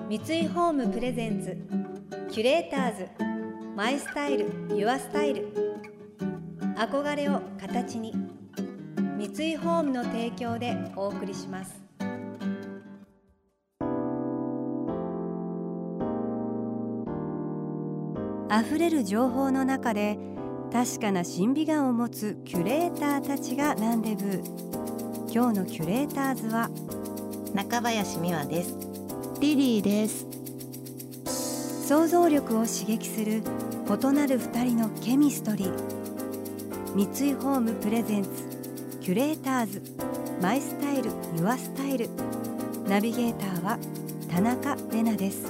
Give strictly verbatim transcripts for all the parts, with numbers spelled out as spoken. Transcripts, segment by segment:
三井ホームプレゼンツキュレーターズマイスタイルユアスタイル、憧れを形に、三井ホームの提供でお送りします。あふれる情報の中で確かな審美眼を持つキュレーターたちがランデブー。今日のキュレーターズは中林美和です。 リリーです。 想像力を刺激する異なる二人のケミストリー。三井ホームプレゼンツキュレーターズマイスタイルユアスタイル、ナビゲーターは田中れなです。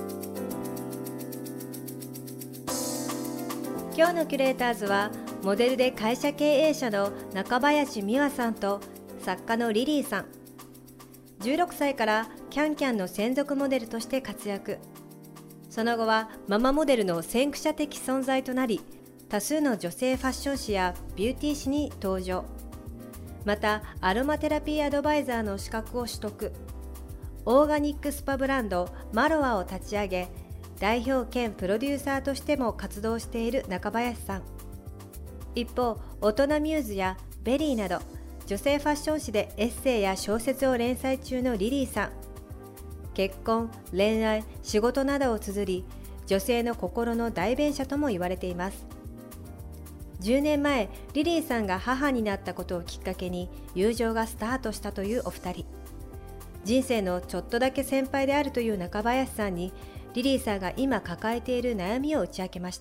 今日のキュレーターズはモデルで会社経営者の中林美和さんと作家のリリーさん。じゅうろくさいからキャンキャンの専属モデルとして活躍。その後はママモデルの先駆者的存在となり、多数の女性ファッション誌やビューティー誌に登場。またアロマテラピーアドバイザーの資格を取得。オーガニックスパブランドマロアを立ち上げ、代表兼プロデューサーとしても活動している中林さん。一方、大人ミューズやベリーなど女性ファッション誌でエッセイや小説を連載中のリリーさん。結婚、恋愛、仕事などを綴り、女性の心の代弁者とも言われています。じゅうねんまえ、リリーさんが母になったことをきっかけに友情がスタートしたというお二人。人生のちょっとだけ先輩であるという中林さんに、リリーさんが今抱えている悩みを打ち明けました。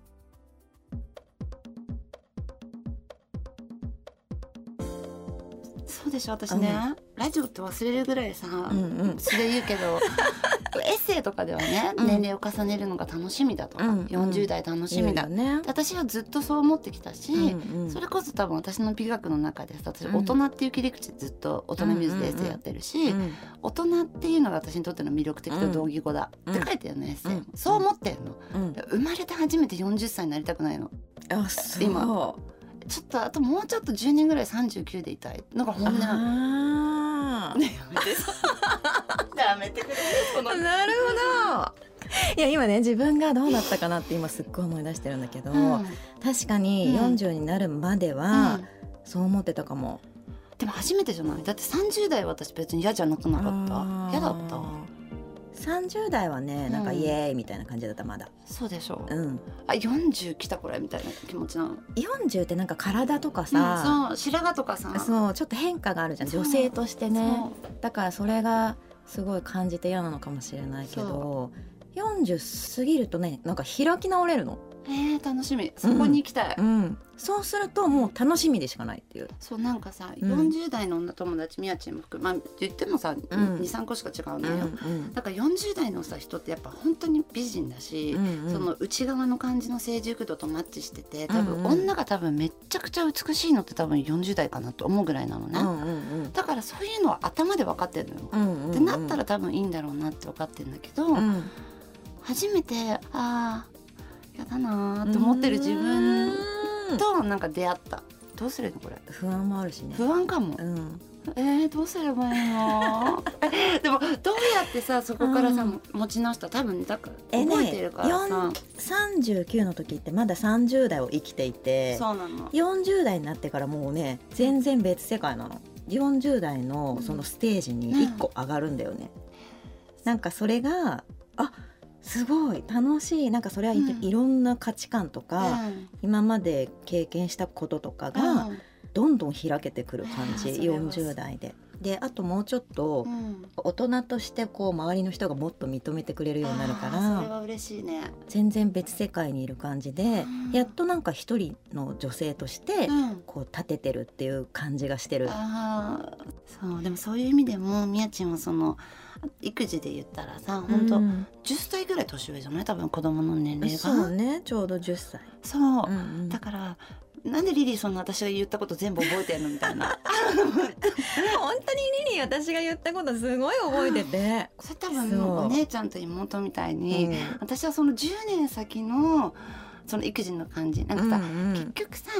そうでしょ、私ね、うん、ラジオって忘れるぐらいさ、うんうん、それ言うけどエッセイとかではね、うん、年齢を重ねるのが楽しみだとか、うん、よんじゅう代楽しみだ、ね、私はずっとそう思ってきたし、うんうん、それこそ多分私の美学の中でさ、私大人っていう切り口でずっと大人ミューズでエッセイやってるし、うんうんうん、大人っていうのが私にとっての魅力的と同義語だ、うん、って書いてるのエッセイ、うん、そう思ってんの、うん、生まれて初めてよんじゅっさいになりたくないの。あ、そう。今ちょっとあともうちょっとじゅうねんぐらいさんじゅうきゅうでいたいのが本音なの。ね、やめてやめてくれそのなるほど。いや今ね、自分がどうだったかなって今すっごい思い出してるんだけど、うん、確かによんじゅうになるまではそう思ってたかも、 うん、でも初めてじゃない？だってさんじゅう代は私別に嫌じゃなくなかった。嫌だった。 さんじゅう代はね、なんかイエーイみたいな感じだった。まだそうでしょう、うん、 あよんじゅう来たこれみたいな気持ちなの。 よんじゅうってなんか体とかさ、 うん、そう白髪とかさ、 そうちょっと変化があるじゃん、女性としてね。だからそれがすごい感じて嫌なのかもしれないけど、よんじゅう過ぎるとね、なんか開き直れるの。 えー、楽しみ、そこに行きたい、 うんうん、そうするともう楽しみでしかないっていう。 そうなんかさ、うん、よんじゅう代の女友達みやちんも含め、まあ、言ってもさ、うん、にさんこしか違うのよ、うんうん、だからよんじゅう代のさ人ってやっぱ本当に美人だし、うんうん、その内側の感じの成熟度とマッチしてて、多分、うんうん、女が多分めっちゃくちゃ美しいのって多分よんじゅう代かなと思うぐらいなのね、うんうんうん、だからそういうのは頭で分かってるのよ、うんうんうん、ってなったら多分いいんだろうなって分かってるんだけど、うん、初めてあーやだなと思ってる自分となんか出会った。どうするのこれ。 不安もあるしね。 不安かも、うん、えー、どうすればいいのでもどうやってさそこからさ、うん、持ち直した。多分だから覚えてるからさ、ね、 さんじゅうきゅうの時ってまださんじゅう代を生きていて、 そうなの。 よんじゅう代になってからもうね全然別世界なの。よんじゅう代のそのステージにいっこ上がるんだよね、うん、なんかそれがあすごい楽しい。なんかそれは い,、うん、いろんな価値観とか、うん、今まで経験したこととかがどんどん開けてくる感じ、うん、よんじゅう代で。であともうちょっと大人としてこう周りの人がもっと認めてくれるようになるから、 それは嬉しいね。 全然別世界にいる感じで、うん、やっとなんか一人の女性としてこう立ててるっていう感じがしてる、うん、 あそうでもそういう意味でもみやちんはその育児で言ったらさ本当、うん、じゅっさいぐらい年上じゃない？多分子供の年齢が。 そうね、ちょうどじゅっさい。 そう、うんうん、だからなんでリリーそんな私が言ったこと全部覚えてんのみたいな本当にリリー私が言ったことすごい覚えててそれ多分お姉ちゃんと妹みたいに、うん、私はそのじゅうねん先のその育児の感じなんかさ、うんうん、結局さ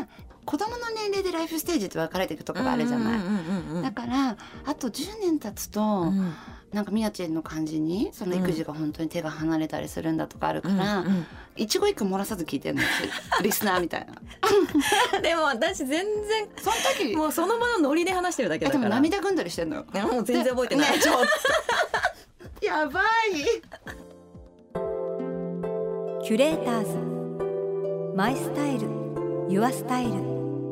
子供の年齢でライフステージって分かれていくとこがあるじゃない、だからあとじゅうねん経つと、うん、なんかみやちんの感じにその育児が本当に手が離れたりするんだとかあるから、うんうん、一語一句漏らさず聞いてるのリスナーみたいなでも私全然その時もうその場のノリで話してるだけだから。 でも涙ぐんだりしてんのよ。 いやもう全然覚えてない、 ね、ちょっとやばい。 キュレーターズマイスタイルユアスタイル。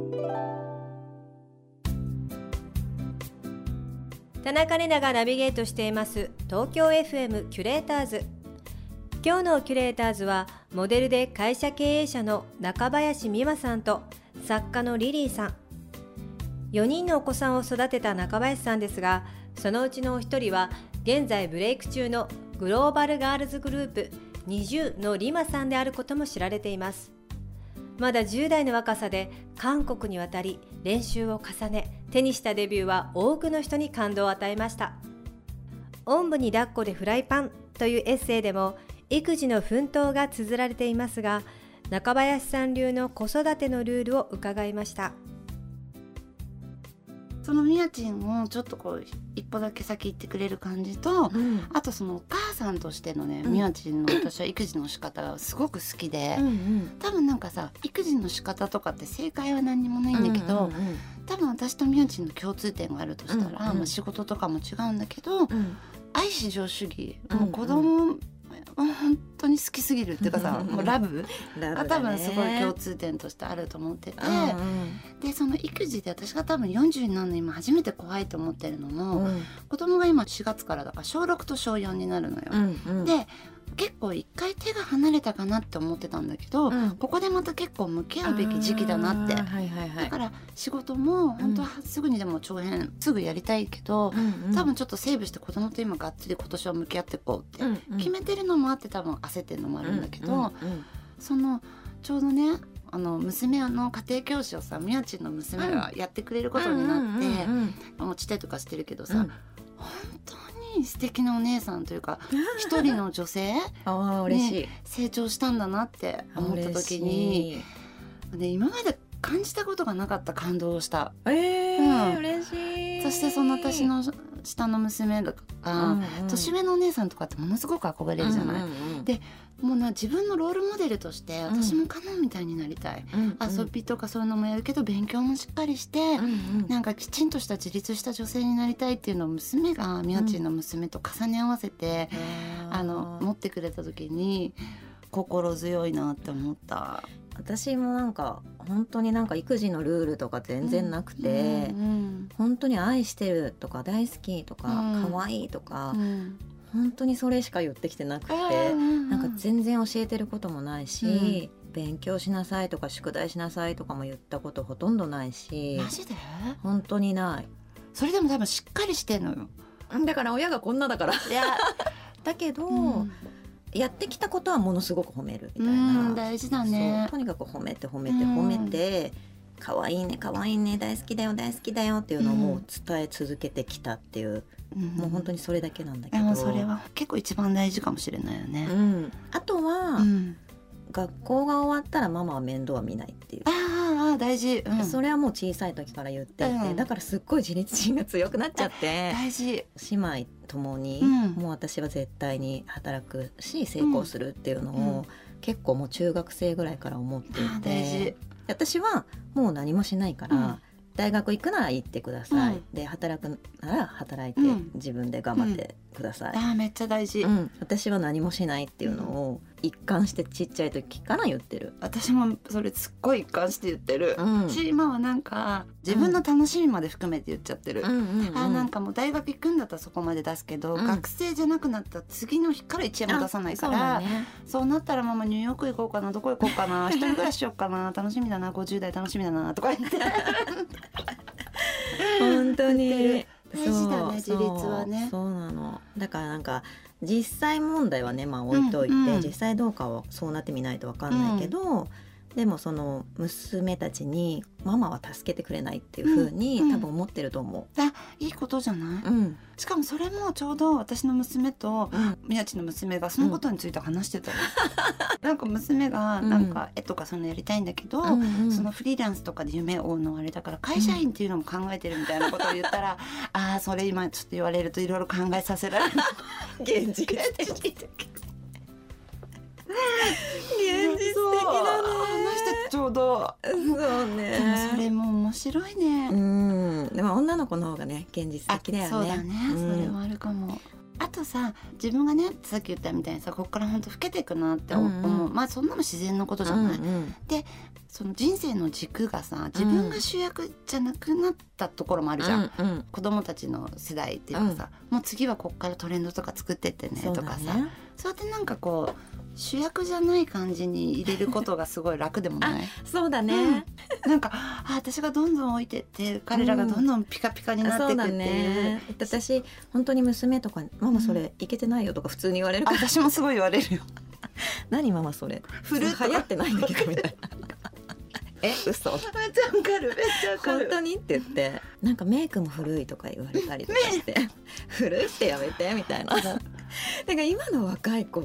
田中玲奈がナビゲートしています東京 エフエム キュレーターズ。今日のキュレーターズはモデルで会社経営者の中林美和さんと作家のリリーさん。よにんのお子さんを育てた中林さんですが、そのうちのお一人は現在ブレイク中のグローバルガールズグループにじゅうのリマさんであることも知られています。まだじゅう代の若さで韓国に渡り練習を重ね、手にしたデビューは多くの人に感動を与えました。おんぶに抱っこでフライパンというエッセイでも育児の奮闘が綴られていますが、中林さん流の子育てのルールを伺いました。 そのみやちんをちょっとこう一歩だけ先行ってくれる感じと、うん、あとそのお母さんとしてのね、みやちんの私は育児の仕方がすごく好きで、うんうん、多分なんかさ育児の仕方とかって正解は何にもないんだけど、うんうんうん、多分私とみやちんの共通点があるとしたら、うんうん、まあ、仕事とかも違うんだけど、うん、愛至上主義、うんうん、もう子供本当に好きすぎるっていうかさもうラブが多分すごい共通点としてあると思ってて、うんうん、でその育児で私が多分よんじゅうになるの今初めて怖いと思ってるのも、うん、子供が今しがつからだからしょうろくとしょうよんになるのよ、うんうん、で結構一回手が離れたかなって思ってたんだけど、うん、ここでまた結構向き合うべき時期だなって、はいはいはい、だから仕事も本当はすぐにでも長編すぐやりたいけど、うんうん、多分ちょっとセーブして子供と今がっつり今年は向き合っていこうって決めてるのもあって多分焦ってるのもあるんだけど、うんうんうん、そのちょうどねあの娘の家庭教師をさみやちんの娘がやってくれることになって、うんうんうんうん、持ち手とかしてるけどさ、うん、本当に素敵なお姉さんというか一人の女性あ嬉しい、 ね、成長したんだなって思った時に、ね、今まで感じたことがなかった感動をした、 えーうん、嬉しい。 そしてその私の下の娘とか、うんうん、年上のお姉さんとかってものすごく憧れるじゃない、うんうんうん、でもうな自分のロールモデルとして私もカノンみたいになりたい、うんうん、遊びとかそういうのもやるけど勉強もしっかりして、うんうん、なんかきちんとした自立した女性になりたいっていうのを娘がみやちんの娘と重ね合わせて、うん、あの持ってくれた時に心強いなって思った。 私もなんか本当になんか育児のルールとか全然なくて、うんうんうん、本当に愛してるとか大好きとか、うん、可愛いとか、うん、本当にそれしか言ってきてなくて、うん、なんか全然教えてることもないし、うん、勉強しなさいとか宿題しなさいとかも言ったことほとんどないし。 マジで？ 本当にない。 それでも多分しっかりしてんのよ。 だから親がこんなだからいやだけど、うんやってきたことはものすごく褒めるみたいな。 大事だね。 とにかく褒めて褒めて褒めて、可愛いね可愛いね大好きだよ大好きだよっていうのをもう伝え続けてきたっていう、うん、もう本当にそれだけなんだけど、 でもそれは結構一番大事かもしれないよね、 うん、あとは、うん、学校が終わったらママは面倒は見ないっていう。 ああ大事、うん、 それはもう小さい時から言っていて、うん、だからすっごい自立心が強くなっちゃって大事。 姉妹ともに、うん、もう私は絶対に働くし成功するっていうのを、うん、結構もう中学生ぐらいから思っていて、大事。私はもう何もしないから、うん、大学行くなら行ってください、うん、で働くなら働いて、うん、自分で頑張ってください、 うん、あめっちゃ大事、 うん、私は何もしないっていうのを一貫してちっちゃい時から言ってる。 私もそれすっごい一貫して言ってる、うん、し今はなんか自分の楽しみまで含めて言っちゃってる、うんうんうん、あなんかもう大学行くんだったらそこまで出すけど、うん、学生じゃなくなったら次の日からいちえんも出さないから、 そう、ね、そうなったらママニューヨーク行こうかなどこ行こうかな一人暮らししようかな楽しみだなごじゅう代楽しみだなとか言って本当に大事だね自立はね。 そう、そうなの。だからなんか実際問題はね、まあ、置いといて、うんうん、実際どうかはそうなってみないと分かんないけど、うん、 でもその娘たちにママは助けてくれないっていう風に、うんうん、多分思ってると思う。 あ、いいことじゃない、うん、しかもそれもちょうど私の娘と宮地の娘がそのことについて話してたの、うん、なんか娘がなんか絵とかそのやりたいんだけど、うんうん、そのフリーランスとかで夢を追うのあれだから会社員っていうのも考えてるみたいなことを言ったら、うん、ああそれ今ちょっと言われるといろいろ考えさせられる現実的現実的だね。 話してちょうどそうね。 でもそれも面白いね。 うん。でも女の子の方がね現実的だよね。 そうだね、うん、それはあるかも。あとさ、自分がねさっき言ったみたいにさ、ここから本当老けていくなって思う、うんうん、まあそんなの自然のことじゃない、うんうん、でその人生の軸がさ、自分が主役じゃなくなったところもあるじゃん、うんうん、子供たちの世代っていうかさ、うん、もう次はこっからトレンドとか作ってってねとかさ、そうだね、そうやってなんかこう主役じゃない感じに入れることがすごい楽でもないそうだね、 うん、なんかあ私がどんどん置いてって彼らがどんどんピカピカになっていくっていう、うん、そうだね、 私本当に娘とかママそれいけてないよとか普通に言われるから、 うん、私もすごい言われるよ何ママそれ古流行ってないんだけどみたいなえ嘘めっちゃわかるめっちゃわかる本当にって言ってなんかメイクも古いとか言われたりとかして古いってやめてみたいなだから今の若い子って、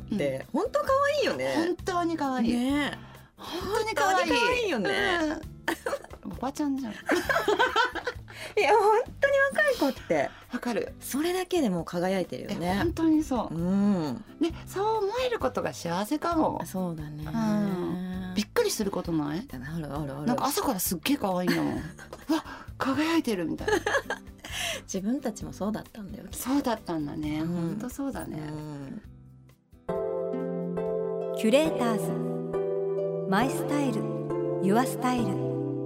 うん、本当可愛いよね。 本当に可愛いね。本当に可愛い。 可愛いよね、 うん、おばちゃんじゃんいや本当に若い子ってわかる。 それだけでもう輝いてるよね。 本当にそう、うん、でそう思えることが幸せかも。 そうだね、 うん、びっくりすることない？ あるあるある。 なんか朝からすっげえ可愛いんだもんわ輝いてるみたいな自分たちもそうだったんだよ。 そうだったんだね、うん、本当そうだね、 うん、キュレーターズマイスタイルユアスタイル。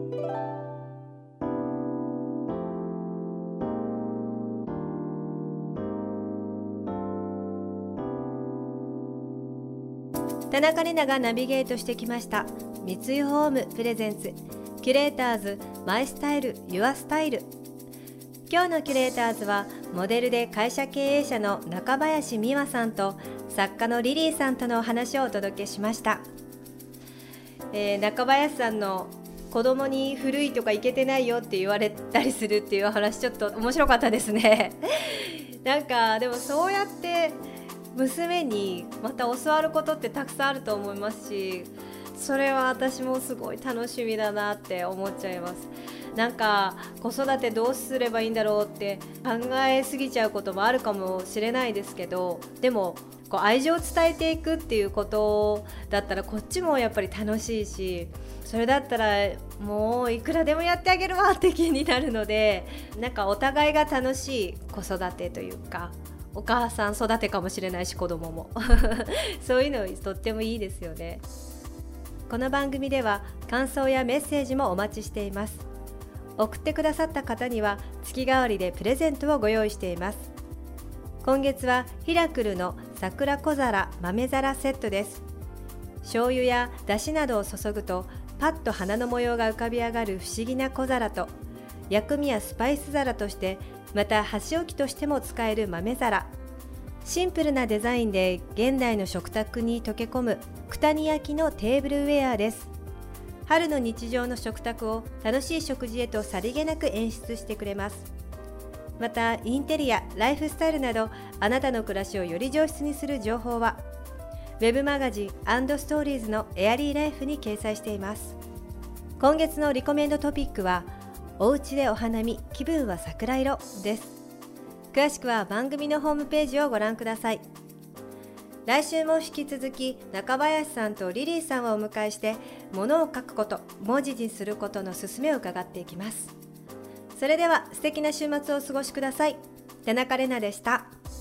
田中玲奈がナビゲートしてきました三井ホームプレゼンツキュレーターズマイスタイルユアスタイル。今日のキュレーターズはモデルで会社経営者の中林美和さんと作家のリリーさんとのお話をお届けしました、えー、中林さんの子供に古いとかイケてないよって言われたりするっていう話ちょっと面白かったですねなんかでもそうやって娘にまた教わることってたくさんあると思いますし、それは私もすごい楽しみだなって思っちゃいます。なんか子育てどうすればいいんだろうって考えすぎちゃうこともあるかもしれないですけど、でもこう愛情を伝えていくっていうことだったらこっちもやっぱり楽しいし、それだったらもういくらでもやってあげるわって気になるので、なんかお互いが楽しい子育てというか、お母さん育てかもしれないし子供もそういうのとってもいいですよね。この番組では感想やメッセージもお待ちしています。送ってくださった方には月替わりでプレゼントをご用意しています。今月はヒラクルの桜小皿豆皿セットです。醤油やだしなどを注ぐとパッと花の模様が浮かび上がる不思議な小皿と、薬味やスパイス皿としてまた箸置きとしても使える豆皿、シンプルなデザインで現代の食卓に溶け込む九谷焼のテーブルウェアです。春の日常の食卓を楽しい食事へとさりげなく演出してくれます。またインテリア、ライフスタイルなどあなたの暮らしをより上質にする情報はウェブマガジン&ストーリーズのエアリーライフに掲載しています。今月のリコメンドトピックはおうちでお花見、気分は桜色です。詳しくは番組のホームページをご覧ください。来週も引き続き中林さんとリリーさんをお迎えして、物を書くこと、文字にすることの勧めを伺っていきます。それでは素敵な週末をお過ごしください。田中玲奈でした。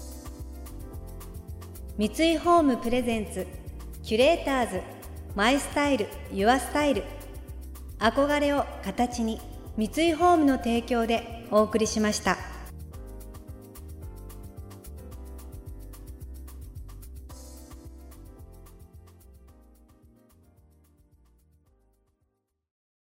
三井ホームプレゼンツキュレーターズマイスタイルユアスタイル。憧れを形に、三井ホームの提供でお送りしました。